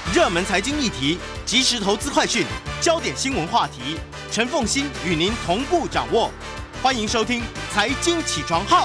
热门财经议题、即时投资快讯、焦点新闻话题，陈凤馨与您同步掌握。欢迎收听《财经起床号》。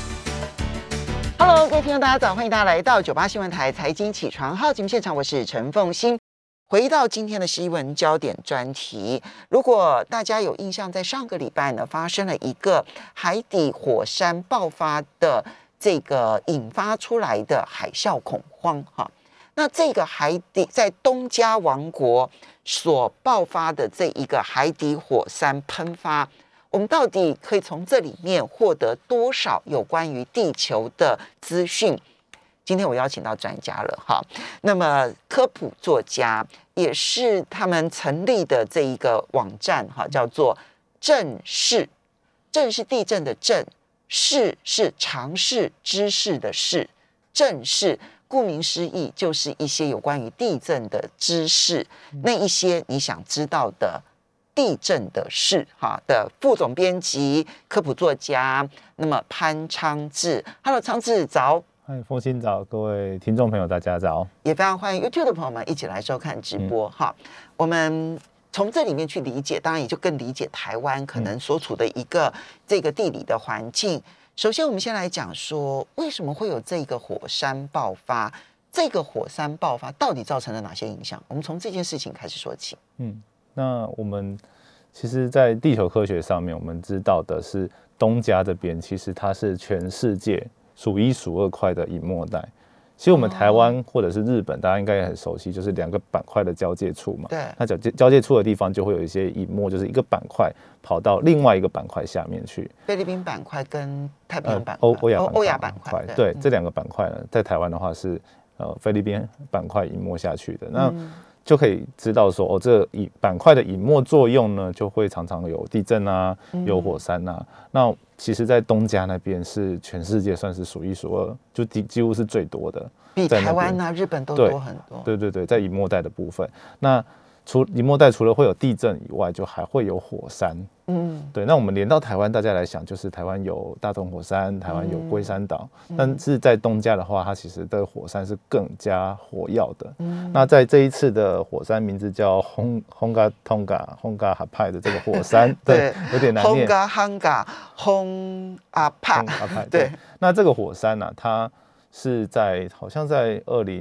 Hello， 各位听众大家早，欢迎大家来到98新闻台财经起床号节目现场，我是陈凤馨。回到今天的新闻焦点专题，如果大家有印象，在上个礼拜呢，发生了一个海底火山爆发的这个引发出来的海啸恐慌哈。那这个海底在东加王国所爆发的这一个海底火山喷发，我们到底可以从这里面获得多少有关于地球的资讯？今天我邀请到专家了哈，那么科普作家，也是他们成立的这一个网站哈，叫做震视，震是地震的震，视是常识知识的视，震视顾名思义就是一些有关于地震的知识，那一些你想知道的地震的事哈的副总编辑科普作家，那么潘昌志 ，Hello 昌志早。 嗨，凤馨早，各位听众朋友，大家早！ 也非常欢迎 YouTube 的朋友们一起来收看直播哈。我们从这里面去理解，当然也就更理解台湾可能所处的一个这个地理的环境。首先，我们先来讲说，为什么会有这个火山爆发？这个火山爆发到底造成了哪些影响？我们从这件事情开始说起。 那我们其实，在地球科学上面，我们知道的是东加这边，其实它是全世界数一数二快的隐没带。其实我们台湾或者是日本，大家应该也很熟悉，就是两个板块的交界处嘛。 对。 那交界处的地方就会有一些隐没，就是一个板块跑到另外一个板块下面去。 菲律宾板块跟太平洋板块、欧亚板块， 对，这两个板块呢，在台湾的话是菲律宾板块隐没下去的。那就可以知道说，这板块的隐没作用呢，就会常常有地震啊，有火山啊。那其实，在东加那边是全世界算是数一数二，就几乎是最多的， 比台湾啊、日本都多很多。 对，在隐没带的部分，那隐没带除了会有地震以外，就还会有火山。对。那我们连到台湾，大家来想，就是台湾有大同火山，台湾有龟山岛，但是在东加的话，它其实的火山是更加火药的。那在这一次的火山名字叫轰嘎哈派的这个火山，对，有点难念。 轰阿帕， 对。那这个火山呢，它是好像在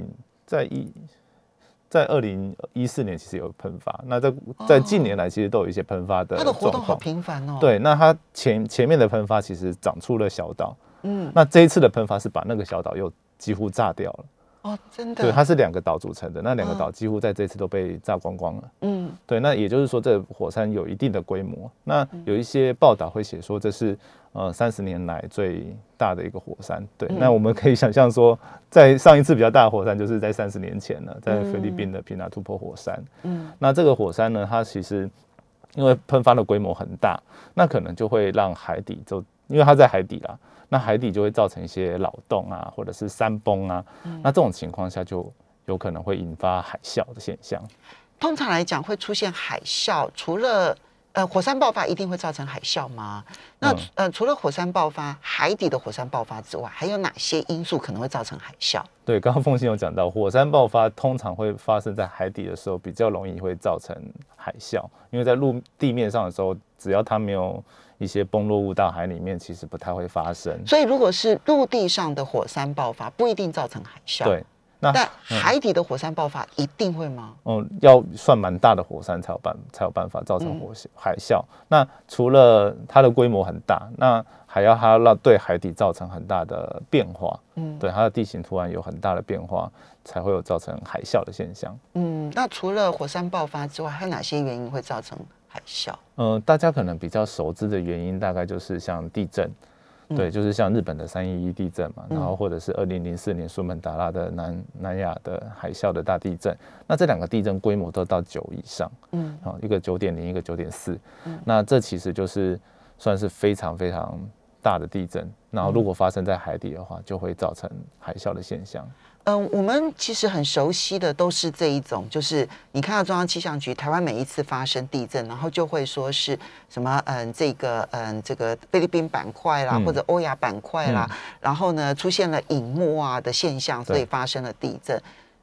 2014年其实有喷发，那在近年来其实都有一些喷发的状况。它的活动好频繁哦。 对，那它前面的喷发其实长出了小岛，那这一次的喷发是把那个小岛又几乎炸掉了。 哦，真的。 对，它是2个岛组成的，那2个岛几乎在这次都被炸光光了。对，那也就是说，这火山有一定的规模。那有一些报道会写说，这是30年来最大的一个火山。对，那我们可以想象说，在上一次比较大的火山就是在30年前了，在菲律宾的皮纳图坡火山。那这个火山呢，它其实因为喷发的规模很大，那可能就会让海底因为它在海底啦。那海底就会造成一些扰动啊，或者是山崩啊，那这种情况下就有可能会引发海啸的现象。 通常来讲，会出现海啸，除了火山爆发一定会造成海啸吗？那除了火山爆发，海底的火山爆发之外，还有哪些因素可能会造成海啸？ 对，刚刚凤馨有讲到，火山爆发通常会发生在海底的时候，比较容易会造成海啸，因为在地面上的时候，只要它没有一些崩落物到海里面，其实不太会发生。 所以如果是陆地上的火山爆发，不一定造成海啸。 对， 但海底的火山爆发一定会吗？ 要算蛮大的火山才有办法造成海啸。那除了它的规模很大，那还要它对海底造成很大的变化。对，它的地形突然有很大的变化，才会有造成海啸的现象。 那除了火山爆发之外，还有哪些原因会造成海啸？ 大家可能比较熟知的原因，大概就是像地震。对，就是像日本的311地震嘛，然后或者是2004年苏门答腊的南亚的海啸的大地震，那这2个地震规模都到9以上，一个9.0，一个9.4，那这其实就是算是非常非常大的地震，然后如果发生在海底的话，就会造成海啸的现象。 我们其实很熟悉的都是这一种，就是你看到中央气象局台湾每一次发生地震，然后就会说是什么这个菲律宾板块啦，或者欧亚板块啦，然后呢出现了隐没啊的现象，所以发生了地震。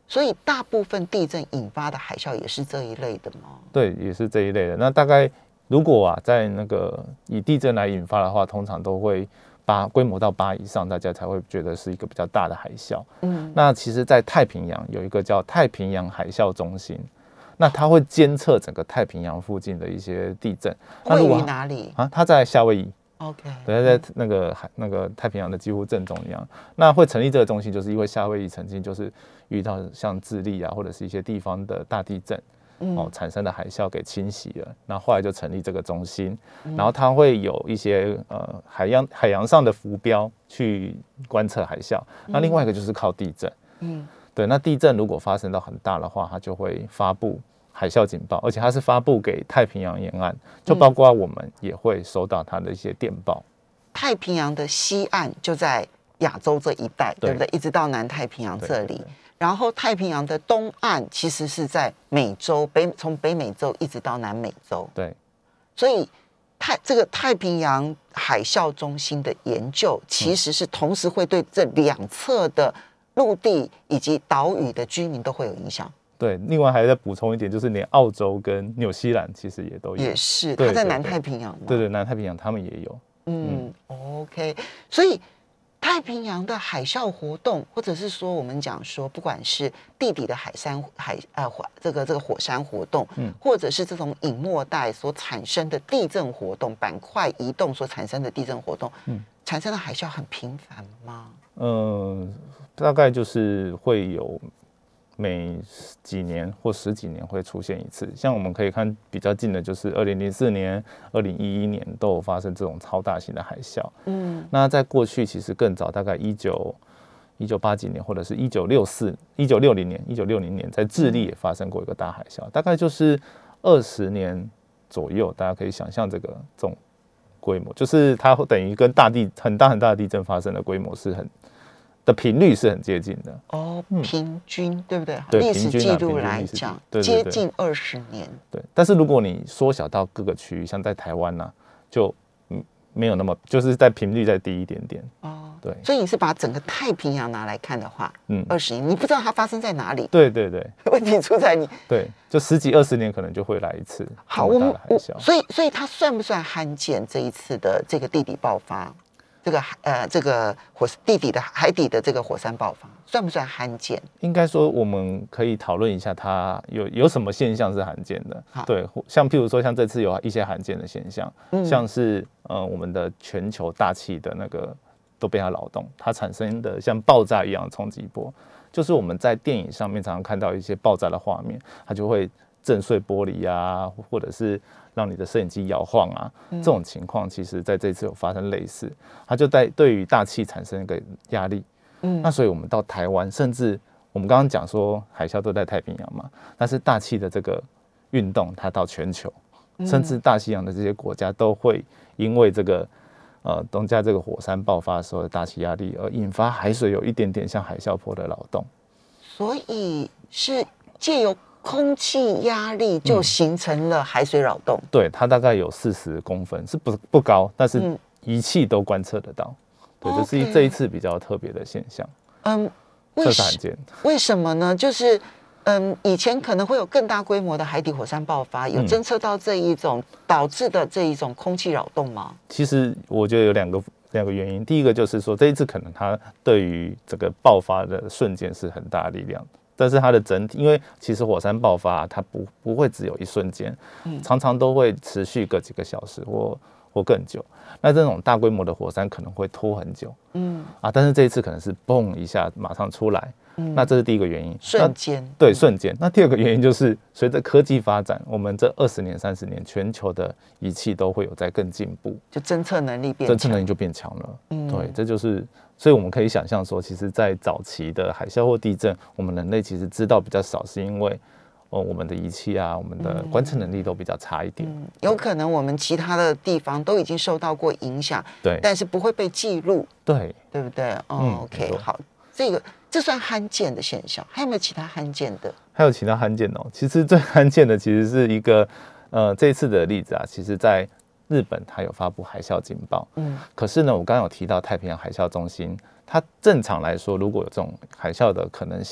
所以大部分地震引发的海啸也是这一类的吗？ 对，也是这一类的。那大概如果在那个以地震来引发的话，通常都会规模到8以上，大家才会觉得是一个比较大的海啸。那其实，在太平洋有一个叫太平洋海啸中心，那它会监测整个太平洋附近的一些地震。 位于哪里啊？它在夏威夷。 OK， 对，在那个太平洋的几乎正中央。那会成立这个中心，就是因为夏威夷曾经就是遇到像智利啊，或者是一些地方的大地震，产生的海啸给侵袭了。那后来就成立这个中心，然后它会有一些海洋上的浮标去观测海啸。那另外一个就是靠地震，对，那地震如果发生到很大的话，它就会发布海啸警报，而且它是发布给太平洋沿岸，就包括我们也会收到它的一些电报。 太平洋的西岸就在亚洲这一带， 对不对？一直到南太平洋这里。然后太平洋的东岸其实是在美洲，从北美洲一直到南美洲。 对， 所以这个太平洋海啸中心的研究，其实是同时会对这两侧的陆地以及岛屿的居民都会有影响。 对，另外还再补充一点，就是连澳洲跟纽西兰其实也都有， 也是，它在南太平洋嘛。 对，南太平洋他们也有。 OK， 所以太平洋的海啸活动，或者是说我们讲说，不管是地底的这个火山活动，或者是这种隐没带所产生的地震活动，板块移动所产生的地震活动，产生的海啸很频繁吗？ 大概就是会有每几年或10几年会出现一次。像我们可以看比较近的，就是2004年、2011年都有发生这种超大型的海啸。那在过去其实更早，大概1980几年，或者是1960年，在智利也发生过一个大海啸，大概就是20年左右。大家可以想象这种规模，就是它等于跟很大的地震发生的规模的频率是很接近的平均对不对？ 对， 历史记录来讲，接近20年。 对，但是如果你缩小到各个区域，像在台湾啊，就没有那么，就是在频率再低一点点。对。 所以你是把整个太平洋拿来看的话，20年，你不知道它发生在哪里。 对。 问题出在你。 对，就10几20年可能就会来一次这么大的海啸。 所以它算不算罕见？这一次的这个地底爆发？这个海底的这个火山爆发算不算罕见？应该说我们可以讨论一下，它有什么现象是罕见的。对，像譬如说，像这次有一些罕见的现象，像是我们的全球大气的那个都被它扰动，它产生的像爆炸一样的冲击波，就是我们在电影上面常常看到一些爆炸的画面，它就会震碎玻璃啊，或者是让你的摄影机摇晃啊，这种情况其实在这次有发生类似，它就对于大气产生一个压力。那所以我们到台湾，甚至我们刚刚讲说海啸都在太平洋嘛，但是大气的这个运动它到全球，甚至大西洋的这些国家都会因为这个东加这个火山爆发的时候的大气压力，而引发海水有一点点像海啸波的扰动。 所以是借由空气压力就形成了海水扰动。 对，它大概有40公分，是不高，但是仪器都观测得到。对，这是这一次比较特别的现象。这是罕见。 为什么呢？就是以前可能会有更大规模的海底火山爆发，有侦测到这一种导致的这一种空气扰动吗？ 其实我觉得有两个原因。第一个就是说，这一次可能它对于这个爆发的瞬间是很大的力量，但是它的整体，因为其实火山爆发它不会只有一瞬间，常常都会持续个几个小时或更久。那这种大规模的火山可能会拖很久，但是这一次可能是嘣一下马上出来，那这是第一个原因， 瞬间。 对，瞬间。那第二个原因就是随着科技发展，我们这20年、30年，全球的仪器都会有在更进步， 就侦测能力变强， 侦测能力就变强了。对，这就是，所以我们可以想象说，其实，在早期的海啸或地震，我们人类其实知道比较少，是因为我们的仪器啊，我们的观测能力都比较差一点。 有可能我们其他的地方都已经受到过影响， 对， 但是不会被记录， 对不对？OK， 好，这算罕见的现象，还有没有其他罕见的？ 还有其他罕见哦。其实最罕见的其实是一个这一次的例子啊，其实在日本它有发布海啸警报，可是呢，我刚刚有提到太平洋海啸中心，它正常来说，如果有这种海啸的可能性，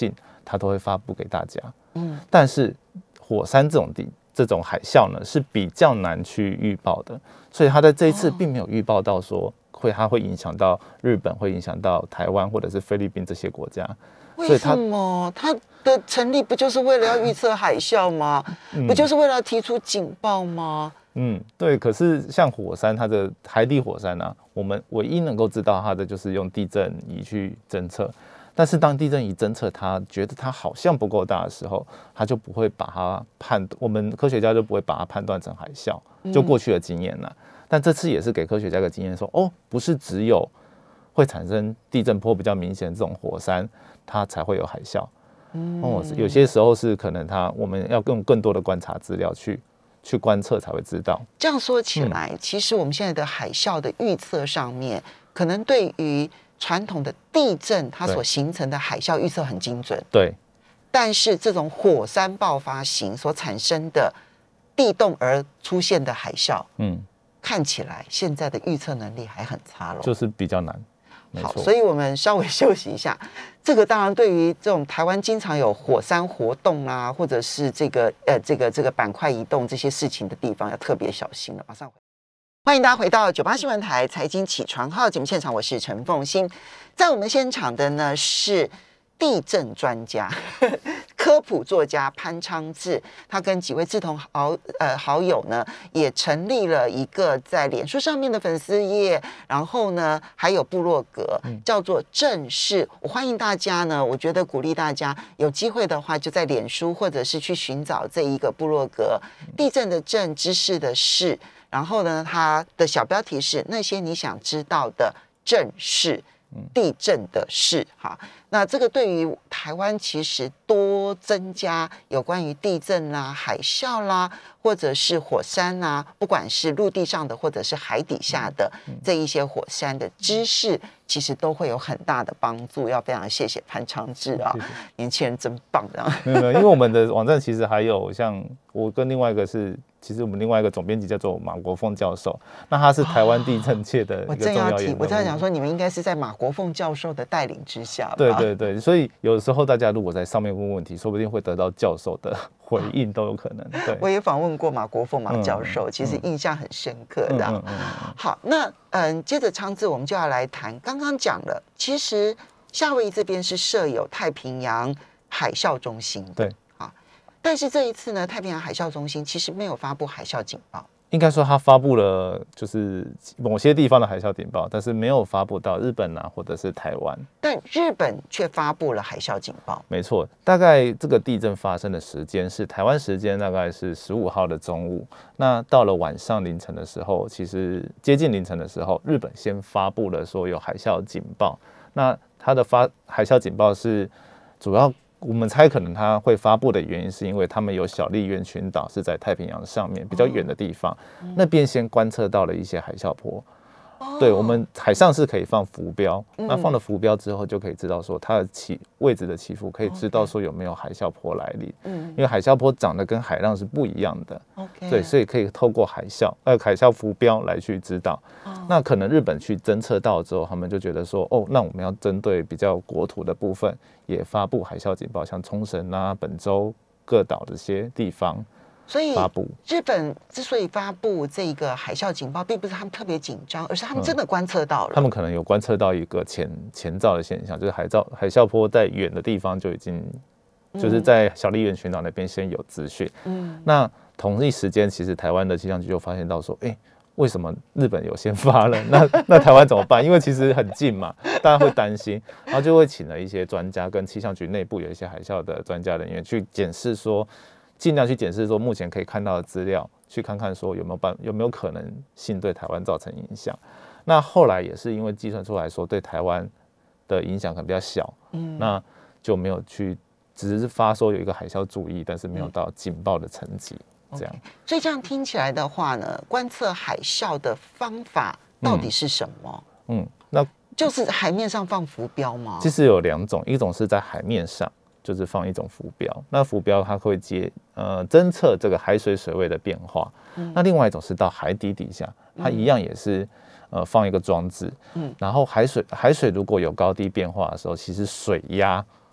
它都会发布给大家。但是火山这种海啸呢是比较难去预报的，所以它在这一次并没有预报到说它会影响到日本，会影响到台湾或者是菲律宾这些国家。 为什么它的成立不就是为了要预测海啸吗？不就是为了要提出警报吗？ 对。可是像火山，它的海底火山啊，我们唯一能够知道它的就是用地震仪去侦测。但是当地震仪侦测它觉得它好像不够大的时候，它就不会把它我们科学家就不会把它判断成海啸，就过去的经验了。但这次也是给科学家一个经验说，不是只有会产生地震波比较明显的这种火山，它才会有海啸。有些时候是可能我们要用更多的观察资料去观测才会知道。这样说起来，其实我们现在的海啸的预测上面，可能对于传统的地震它所形成的海啸预测很精准， 对。 但是这种火山爆发型所产生的地动而出现的海啸，看起来现在的预测能力还很差咯， 就是比较难。 好，所以我们稍微休息一下。这个当然对于这种台湾经常有火山活动啊，或者是这个板块移动这些事情的地方，要特别小心了。马上回。欢迎大家回到98新闻台财经起床号节目现场，我是陈凤馨。在我们现场的呢是地震专家、科普作家潘昌志，他跟几位志同好友呢，也成立了一个在脸书上面的粉丝页，然后呢还有部落格，叫做正视。我欢迎大家呢，我觉得鼓励大家有机会的话，就在脸书或者是去寻找这一个部落格，地震的震，知识的事。然后呢，它的小标题是那些你想知道的正事，地震的事。哈，那这个对于台湾其实多增加有关于地震啦、海啸啦，或者是火山啦，不管是陆地上的或者是海底下的这一些火山的知识，其实都会有很大的帮助。要非常谢谢潘昌志啊，谢谢年轻人真棒的。 没有，因为我们的网站其实还有像我跟另外一个其实我们另外一个总编辑叫做马国凤教授，那他是台湾地震界的一个重要研究。 我正要讲说，你们应该是在马国凤教授的带领之下吧？ 对，所以有时候大家如果在上面问问题，说不定会得到教授的回应都有可能。对， 我也访问过马国凤马教授，其实印象很深刻的。好，那接着昌志，我们就要来谈刚刚讲了，其实夏威夷这边是设有太平洋海啸中心的。 对。 但是这一次呢，太平洋海啸中心其实没有发布海啸警报。 应该说，它发布了就是某些地方的海啸警报，但是没有发布到日本啊，或者是台湾。 但日本却发布了海啸警报。 没错，大概这个地震发生的时间是台湾时间大概是15号的中午。那到了晚上凌晨的时候，其实接近凌晨的时候，日本先发布了说有海啸警报。那它的海啸警报是主要。我们猜可能它会发布的原因是因为他们有小笠原群岛是在太平洋上面比较远的地方，那边先观测到了一些海啸波。对，我们海上是可以放浮标，那放了浮标之后就可以知道说它的位置的起伏，可以知道说有没有海啸波来临。因为海啸波长得跟海浪是不一样的。对，所以可以透过海啸浮标来去知道。那可能日本去侦测到之后，他们就觉得说，那我们要针对比较国土的部分也发布海啸警报，像冲绳啊、本州各岛这些地方。 所以日本之所以发布这个海啸警报，并不是他们特别紧张，而是他们真的观测到了。 他们可能有观测到一个前兆的现象，就是海啸波在远的地方就已经，就是在小笠原群岛那边先有资讯。那同一时间，其实台湾的气象局就发现到说，为什么日本有先发了？那台湾怎么办？因为其实很近嘛，大家会担心，然后就会请了一些专家跟气象局内部有一些海啸的专家人员去检视说。尽量去检视说目前可以看到的资料，去看看说有没有可能性对台湾造成影响。那后来也是因为计算出来说对台湾的影响可能比较小，那就没有去，只是发说有一个海啸注意，但是没有到警报的层级。这样， 所以这样听起来的话呢，观测海啸的方法到底是什么？ 那就是海面上放浮标吗？ 其实有2种，一种是在海面上。就是放一种浮标，那浮标它会侦测这个海水水位的变化。那另外一种是到海底底下，它一样也是放一个装置。然后海水如果有高低变化的时候，其实水压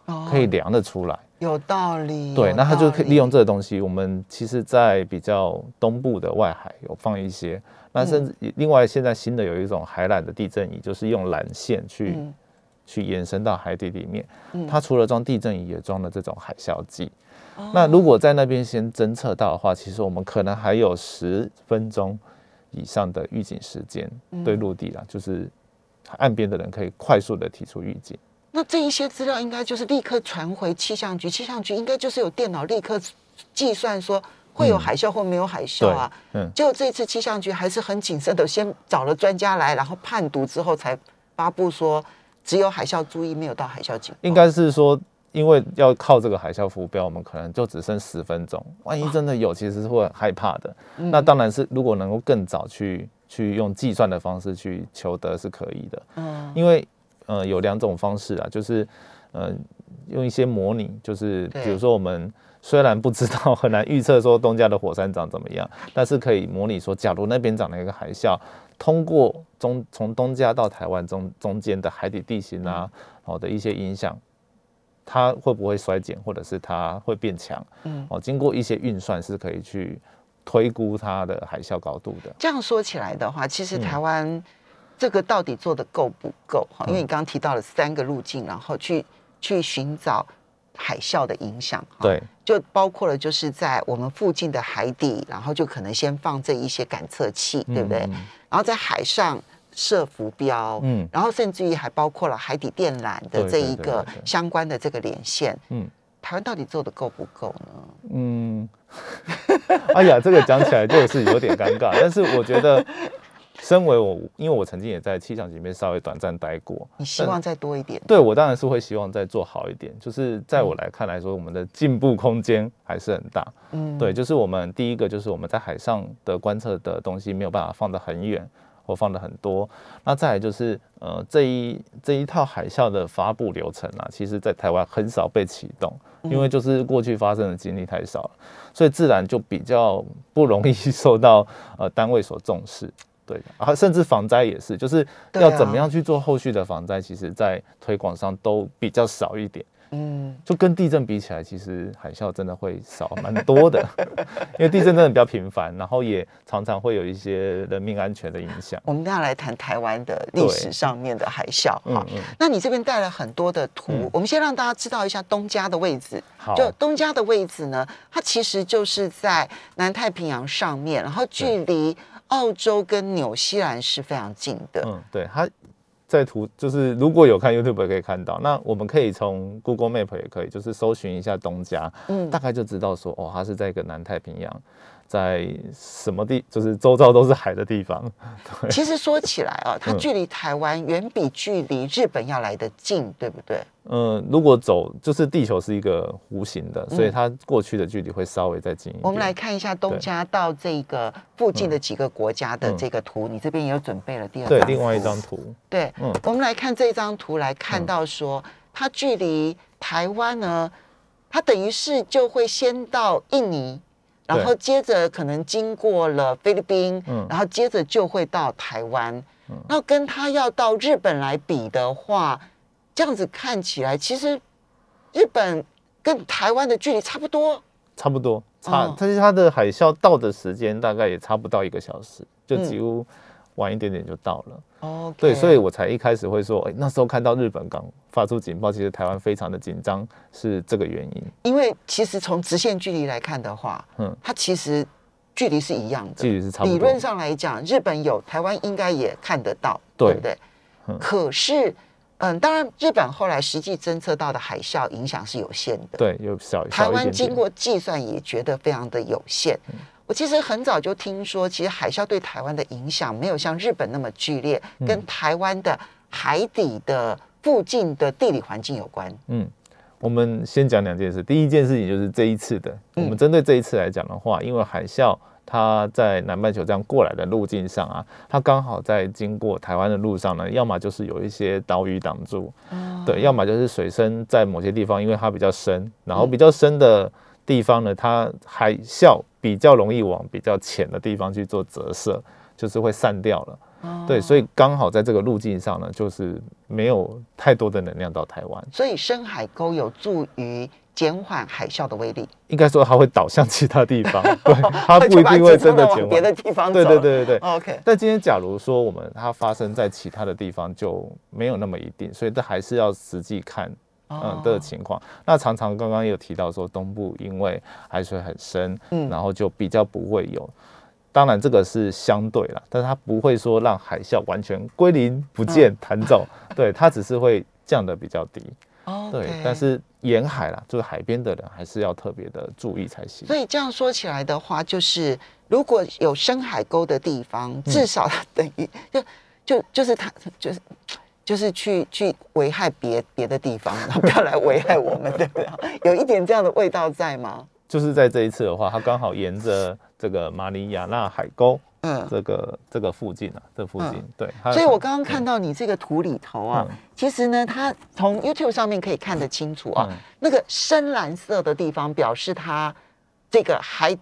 可以量得出来。 有道理。 对，那他就可以利用这个东西。我们其实，在比较东部的外海有放一些，那甚至另外现在新的有一种海缆的地震仪，就是用缆线去延伸到海底里面。它除了装地震仪，也装了这种海啸计。那如果在那边先侦测到的话，其实我们可能还有10分钟以上的预警时间，对陆地啦，就是岸边的人可以快速的提出预警。 那这一些资料应该就是立刻传回气象局，气象局应该就是有电脑立刻计算说会有海啸或没有海啸啊。结果这次气象局还是很谨慎的，先找了专家来，然后判读之后才发布说只有海啸注意，没有到海啸警报。应该是说，因为要靠这个海啸浮标，我们可能就只剩10分钟，万一真的有，其实是会很害怕的。那当然是如果能够更早去用计算的方式去求得是可以的。因为有2种方式啊，就是用一些模拟，就是比如说我们虽然不知道，很难预测说东家的火山长怎么样，但是可以模拟说，假如那边长了一个海啸，通过从东家到台湾中间的海底地形啊，的一些影响，它会不会衰减，或者是它会变强？经过一些运算是可以去推估它的海啸高度的。 这样说起来的话，其实台湾这个到底做得够不够？因为你刚刚提到了3个路径，然后去寻找海啸的影响。 对， 就包括了就是在我们附近的海底，然后就可能先放这一些感测器，对不对？然后在海上设浮标，然后甚至于还包括了海底电缆的这一个相关的这个连线。台湾到底做得够不够呢？ 哎呀，这个讲起来就是有点尴尬，但是我觉得。身为因为我曾经也在气象局里面稍微短暂待过， 你希望再多一点？ 对，我当然是会希望再做好一点。就是在我来说，我们的进步空间还是很大。对，就是我们第一个就是我们在海上的观测的东西没有办法放得很远或放得很多。那再来就是这一套海啸的发布流程啊，其实在台湾很少被启动，因为就是过去发生的经历太少了，所以自然就比较不容易受到单位所重视。对，甚至防灾也是，就是要怎么样去做后续的防灾，其实在推广上都比较少一点。就跟地震比起来，其实海啸真的会少蛮多的，因为地震真的比较频繁，然后也常常会有一些人命安全的影响。 我们要来谈台湾的历史上面的海啸哈。那你这边带了很多的图，我们先让大家知道一下东家的位置。就东家的位置呢，它其实就是在南太平洋上面，然后距离澳洲跟纽西兰是非常近的。 对，它在图就是如果有看 YouTube 也可以看到，那我们可以从 Google Map 也可以，就是搜寻一下东家，大概就知道说它是在一个南太平洋，在什么就是周遭都是海的地方。 其实说起来它距离台湾远比距离日本要来得近，对不对？ 如果就是地球是一个弧形的，所以它过去的距离会稍微再近一点。 我们来看一下东家到这个附近的几个国家的这个图，你这边也有准备了第2张图。 对，另外一张图。 对，我们来看这张图，来看到说它距离台湾呢，它等于是就会先到印尼，然后接着可能经过了菲律宾，然后接着就会到台湾。然后跟它要到日本来比的话，这样子看起来，其实日本跟台湾的距离差不多， 但是它的海啸到的时间大概也差不到1个小时，就几乎晚一点点就到了。对，所以我才一开始会说，那时候看到日本刚发出警报，其实台湾非常的紧张，是这个原因。 因为其实从直线距离来看的话，它其实距离是一样的， 距离是差不多。 理论上来讲，日本有，台湾应该也看得到，对不对？可是。当然，日本后来实际侦测到的海啸影响是有限的， 对，有小一点点。 台湾经过计算也觉得非常的有限。我其实很早就听说，其实海啸对台湾的影响没有像日本那么剧烈，跟台湾的海底的附近的地理环境有关。 我们先讲2件事。第一件事情就是这一次的，我们针对这一次来讲的话，因为海啸它在南半球这样过来的路径上啊，它刚好在经过台湾的路上呢，要么就是有一些岛屿挡住，对，要么就是水深在某些地方，因为它比较深，然后比较深的地方呢，它海啸比较容易往比较浅的地方去做折射，就是会散掉了。 对，所以刚好在这个路径上呢，就是没有太多的能量到台湾， 所以深海沟有助于减缓海啸的威力。 应该说它会导向其他地方，对，它不一定会真的减缓别的地方走。 对。 OK。 但今天假如说它发生在其他的地方，就没有那么一定，所以这还是要实际看的情况。那常常刚刚有提到说，东部因为海水很深，然后就比较不会有。当然这个是相对啦，但是它不会说让海啸完全归零不见弹走，对，它只是会降得比较低。对，但是沿海啦，就是海边的人还是要特别的注意才行。 所以这样说起来的话，就是如果有深海沟的地方，至少它等于就是它就是去危害别的地方，然后不要来危害我们，对不对？有一点这样的味道在吗？ 就是在这一次的话，它刚好沿着这个马里亚纳海沟，这个附近啊，这附近，对。 所以我刚刚看到你这个图里头啊，其实呢，它从 YouTube 上面可以看得清楚啊，那个深蓝色的地方表示它这个海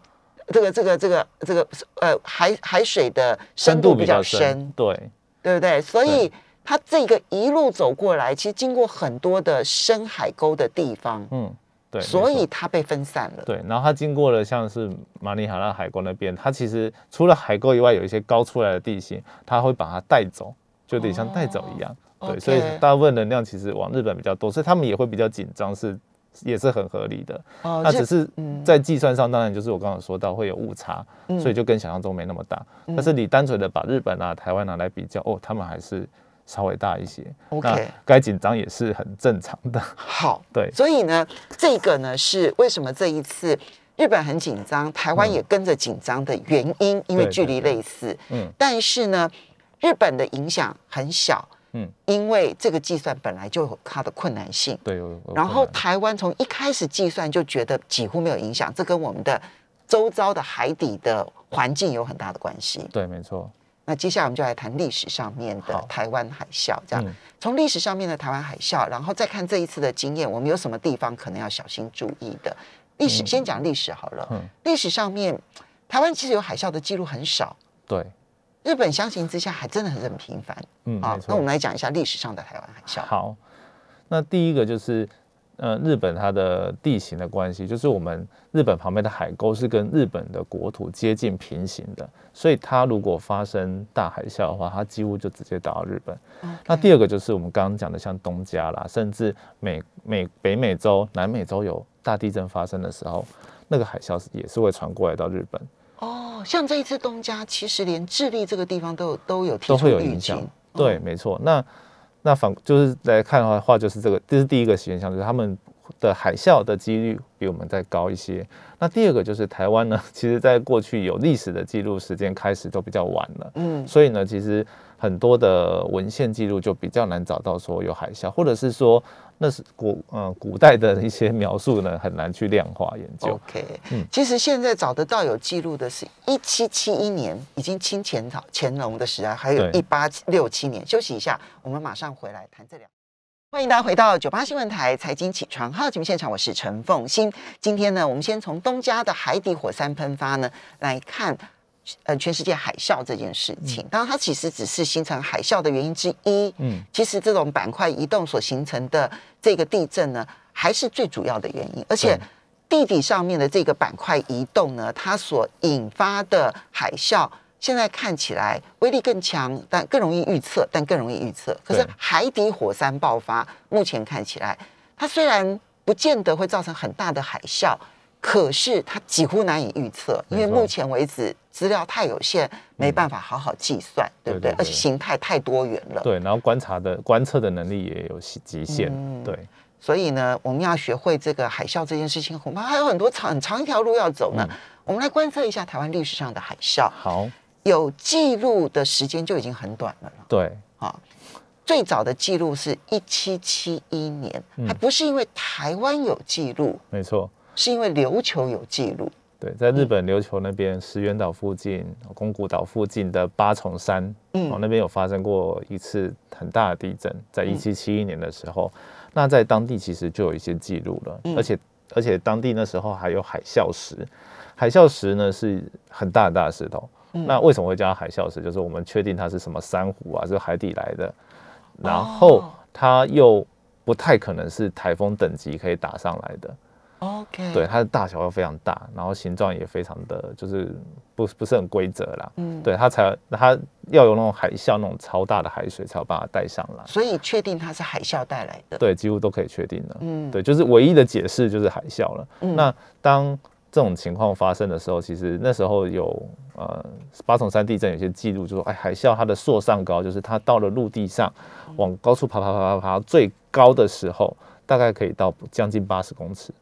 水的深度比较深，对不对？所以它这个一路走过来，其实经过很多的深海沟的地方， 对， 所以它被分散了。 对，然后它经过了像是马里亚纳海沟那边，它其实除了海沟以外，有一些高出来的地形，它会把它带走，就有点像带走一样。对，所以大部分能量其实往日本比较多，所以他们也会比较紧张，也是很合理的。那只是在计算上，当然就是我刚刚说到会有误差，所以就跟想象中没那么大。但是你单纯的把日本啊、台湾拿来比较，他们还是稍微大一些。那该紧张也是很正常的。 好， 对， 所以呢，这个呢是为什么这一次日本很紧张，台湾也跟着紧张的原因，因为距离类似。但是呢，日本的影响很小。因为这个计算本来就有它的困难性。对，然后台湾从一开始计算就觉得几乎没有影响，这跟我们的周遭的海底的环境有很大的关系。 对，没错。 那接下来我们就来谈历史上面的台湾海啸，这样从历史上面的台湾海啸，然后再看这一次的经验，我们有什么地方可能要小心注意的。先讲历史好了。历史上面，台湾其实有海啸的记录很少。对。日本相形之下还真的很频繁。那我们来讲一下历史上的台湾海啸。好， 那第一个就是日本它的地形的关系，就是我们日本旁边的海沟是跟日本的国土接近平行的，所以它如果发生大海啸的话，它几乎就直接打到日本。那第二个就是我们刚刚讲的像东加啦，甚至北美洲、南美洲有大地震发生的时候，那个海啸也是会传过来到日本。 像这一次东加，其实连智利这个地方都有提出预警。 对，没错。那就是来看的话，就是这是第一个现象，就是他们的海啸的几率比我们再高一些。那第二个就是台湾呢，其实在过去有历史的记录时间开始都比较晚了，所以呢，其实很多的文献记录就比较难找到说有海啸，或者是说那是古代的一些描述呢，很难去量化研究。 OK，其实现在找得到有记录的是1771年，已经清乾隆的时代，还有1867年。休息一下，我们马上回来谈这两。欢迎大家回到98新闻台财经起床号节目现场，我是陈凤馨。今天呢，我们先从东加的海底火山喷发呢来看，全世界海啸这件事情。当然，它其实只是形成海啸的原因之一。其实这种板块移动所形成的这个地震呢，还是最主要的原因。而且地底上面的这个板块移动呢，它所引发的海啸，现在看起来威力更强，但更容易预测。可是海底火山爆发，目前看起来，它虽然不见得会造成很大的海啸，可是它几乎难以预测，因为目前为止资料太有限，没办法好好计算，对不对？而且形态太多元了。 对，然后观测的能力也有极限。对。 所以呢，我们要学会这个海啸这件事情，恐怕还有很多很长一条路要走呢。我们来观测一下台湾历史上的海啸。好。有记录的时间就已经很短了。对，最早的记录是1771年，还不是因为台湾有记录，没错，是因为琉球有记录。对，在日本琉球那边石垣岛附近、宫古岛附近的八重山，那边有发生过一次很大的地震，在1771年的时候，那在当地其实就有一些记录了，而且当地那时候还有海啸石。海啸石呢是很大的石头， 那为什么会叫它海啸石？就是我们确定它是什么珊瑚啊，是海底来的，然后它又不太可能是台风等级可以打上来的。 OK， 对，它的大小又非常大，然后形状也非常的，就是不是很规则啦。对，它要有那种海啸那种超大的海水才有办法带上来。 所以确定它是海啸带来的。 对，几乎都可以确定了。对，就是唯一的解释就是海啸了。那当这种情况发生的时候，其实那时候有8重山地震有些记录，就说海啸它的朔上高，就是它到了陆地上往高处爬，最高的时候大概可以到将近80公尺。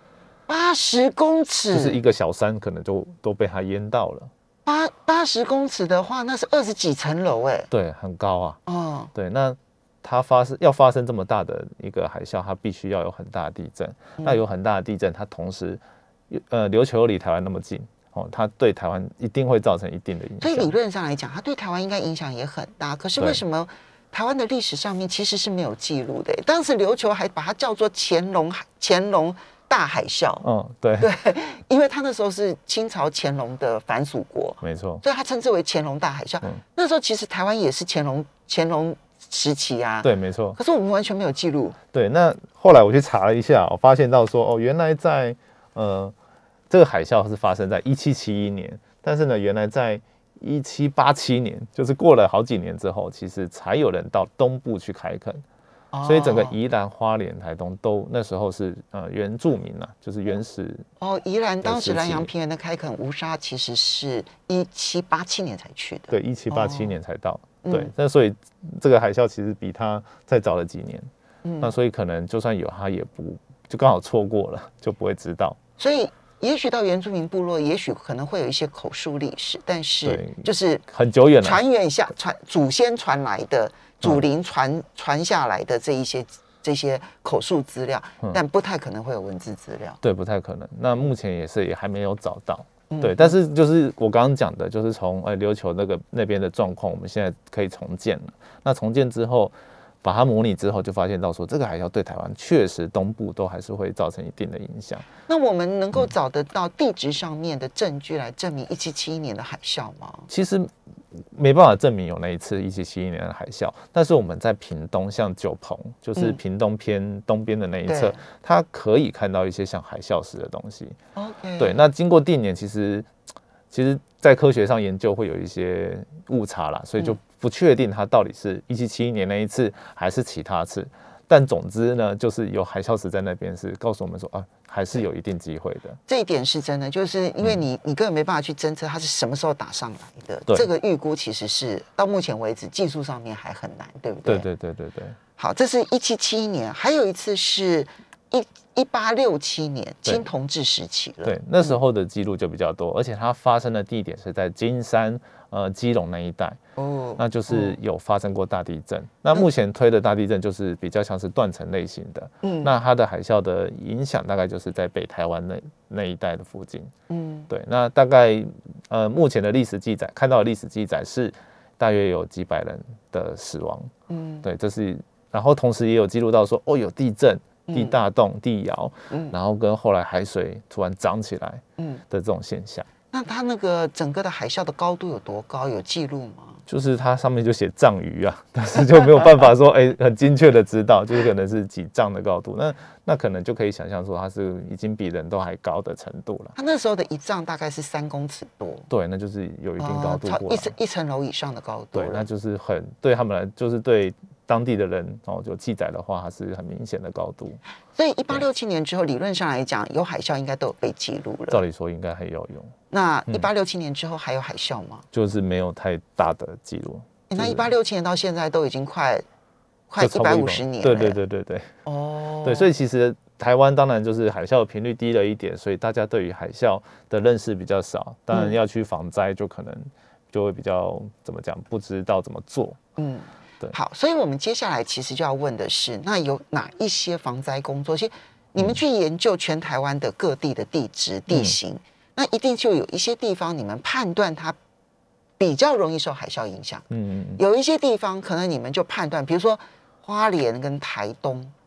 80公尺， 就是一个小山可能就都被它淹到了。 80公尺的话，那是20几层楼哎。对， 很高啊。对，那它要发生这么大的一个海啸，它必须要有很大的地震。那有很大的地震，它同时琉球又离台湾那么近，它对台湾一定会造成一定的影响。 所以理论上来讲，它对台湾应该影响也很大。可是为什么台湾的历史上面其实是没有记录的？当时琉球还把它叫做乾隆大海啸。 对， 因为他那时候是清朝乾隆的藩属国， 没错， 所以他称之为乾隆大海啸。那时候其实台湾也是乾隆时期啊。 对，没错。 可是我们完全没有记录。对， 那后来我去查了一下，我发现到说，原来在这个海啸是发生在1771年，但是呢，原来在1787年，就是过了好几年之后，其实才有人到东部去开垦。所以整个宜兰、花莲、台东都那时候是原住民啊，就是原始。 宜兰当时南洋平原的开垦无沙其实是1787年才去的。 对，1787年才到。对，那所以这个海啸其实比它再早了几年。那所以可能就算有，它也不就刚好错过了，就不会知道。 所以也许到原住民部落，也许可能会有一些口述历史，但是就是很久远了， 传远下祖先传来的。祖灵传下来的这些口述资料，但不太可能会有文字资料。 对，不太可能。那目前也还没有找到。对，但是就是我刚刚讲的，就是从琉球那边的状况，我们现在可以重建了。那重建之后，把它模拟之后，就发现到说，这个海啸对台湾确实东部都还是会造成一定的影响。 那我们能够找得到地质上面的证据来证明1771年的海啸吗？ 其实没办法证明有那一次1771年的海啸，但是我们在屏东，像九鹏，就是屏东偏东边的那一侧，它可以看到一些像海啸石的东西。 OK， 对，那经过定年，其实在科学上研究会有一些误差啦，所以就不确定它到底是1771年那一次还是其他次。但总之呢，就是有海啸石在那边，是告诉我们说还是有一定机会的。 这一点是真的，就是因为你根本没办法去侦测它是什么时候打上来的，这个预估其实是到目前为止技术上面还很难，对不对？ 对。 好，这是1771年，还有一次是1867年清同治时期了。 对，那时候的记录就比较多，而且它发生的地点是在金山、基隆那一带。那就是有发生过大地震。那目前推的大地震就是比较像是断层类型的。那它的海啸的影响大概就是在北台湾那一带的附近。对，那大概目前的历史记载，看到的历史记载是大约有几百人的死亡。对，这是，然后同时也有记录到说，有地震。地大动、地摇，然后跟后来海水突然涨起来的这种现象。 那它那个整个的海啸的高度有多高？有记录吗？ 就是它上面就写丈余啊，但是就没有办法说很精确的知道，就是可能是几丈的高度。那可能就可以想象说它是已经比人都还高的程度了。 它那时候的一丈大概是3公尺多。 对，那就是有一定高度过来， 一层楼以上的高度。 对，那就是对他们来，就是对当地的人就记载的话，它是很明显的高度。 所以1867年之后，理论上来讲，有海啸应该都有被记录了。 照理说应该还有用。 那1867年之后还有海啸吗？ 就是没有太大的记录。 那1867年到现在都已经快150年了。 对。对，所以其实台湾当然就是海啸的频率低了一点，所以大家对于海啸的认识比较少。当然要去防灾，就可能就会比较怎么讲，不知道怎么做。 好，所以我们接下来其实就要问的是，那有哪一些防灾工作？其实你们去研究全台湾的各地的地质地形，那一定就有一些地方你们判断它比较容易受海啸影响。有一些地方可能你们就判断，比如说花莲跟台东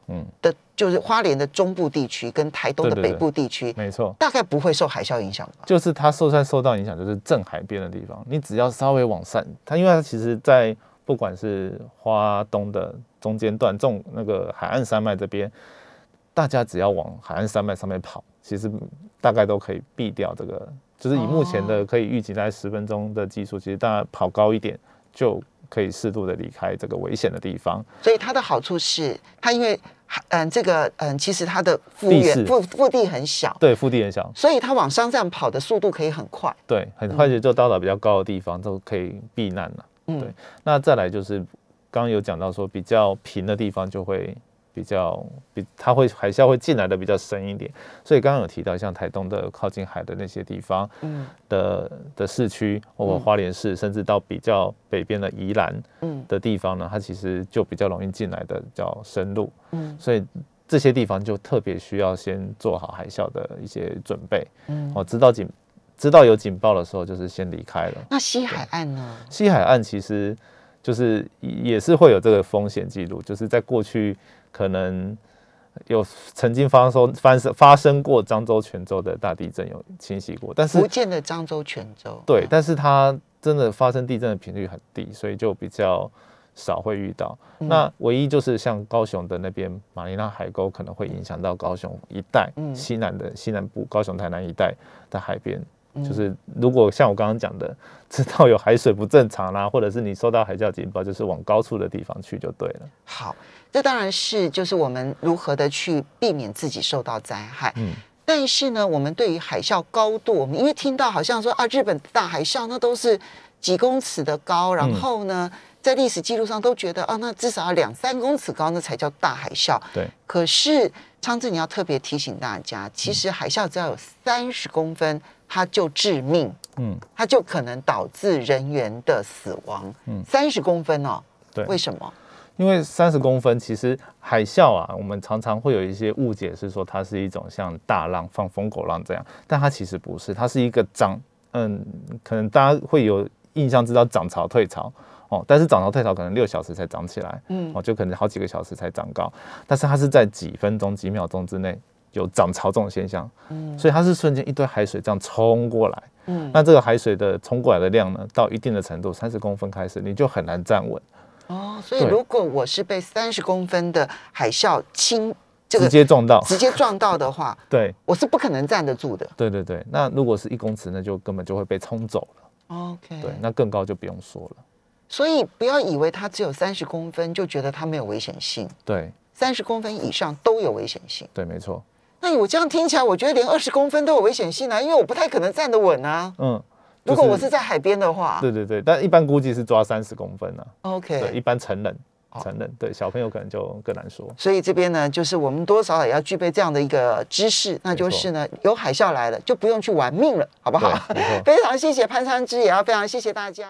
的，就是花莲的中部地区跟台东的北部地区， 没错， 大概不会受海啸影响吧？ 就是它受到影响，就是正海边的地方，你只要稍微往上，因为它其实在不管是花东的中间段，那个海岸山脉这边，大家只要往海岸山脉上面跑，其实大概都可以避掉这个，就是以目前的可以预计在10分钟的技术，其实大家跑高一点就可以适度的离开这个危险的地方。 所以它的好处是，它因为其实它的腹地很小， 对，腹地很小， 所以它往山上跑的速度可以很快， 对，很快就到达比较高的地方，都可以避难了。对，那再来就是刚刚有讲到说，比较平的地方就会它海啸会进来的比较深一点，所以刚刚有提到像台东的靠近海的那些地方，的市区或者花莲市，甚至到比较北边的宜兰的地方呢，它其实就比较容易进来的比较深入，所以这些地方就特别需要先做好海啸的一些准备，知道有警报的时候，就是先离开了。 那西海岸呢？ 西海岸其实就是也是会有这个风险记录，就是在过去可能有曾经发生过漳州、泉州的大地震有侵袭过，但是福建的漳州、泉州对，但是它真的发生地震的频率很低，所以就比较少会遇到。那唯一就是像高雄的那边马尼拉海沟可能会影响到高雄一带，西南部高雄台南一带的海边。就是如果像我刚刚讲的，知道有海水不正常啦，或者是你收到海啸警报，就是往高处的地方去就对了。 好，这当然是就是我们如何的去避免自己受到灾害。但是呢，我们对于海啸高度，我们因为听到好像说日本大海啸那都是几公尺的高，然后呢，在历史记录上都觉得那至少要2-3公尺高，那才叫大海啸。 对。 可是昌志，你要特别提醒大家，其实海啸只要有30公分。它就致命，它就可能导致人员的死亡。30公分哦，对，为什么？ 因为30公分，其实海啸啊，我们常常会有一些误解，是说它是一种像大浪、放疯狗浪这样，但它其实不是，它是一个可能大家会有印象知道涨潮退潮但是涨潮退潮可能6小时才涨起来，就可能好几个小时才涨高，但是它是在几分钟、几秒钟之内。有涨潮这种现象，所以它是瞬间一堆海水这样冲过来，那这个海水的冲过来的量呢，到一定的程度，30公分开始，你就很难站稳。 所以如果我是被30公分的海啸直接撞到的话， 对， 我是不可能站得住的。 对，那如果是1公尺，那就根本就会被冲走了。 OK， 对，那更高就不用说了。 所以不要以为它只有30公分就觉得它没有危险性。 对 ，30公分以上都有危险性。 对，没错。 那我这样听起来，我觉得连20公分都有危险性啊，因为我不太可能站得稳啊。如果我是在海边的话， 对，但一般估计是抓30公分啊。 OK， 对，一般成人对小朋友可能就更难说。 所以这边呢，就是我们多多少少也要具备这样的一个知识，那就是呢，有海啸来了就不用去玩命了，好不好？非常谢谢潘昌之，也要非常谢谢大家。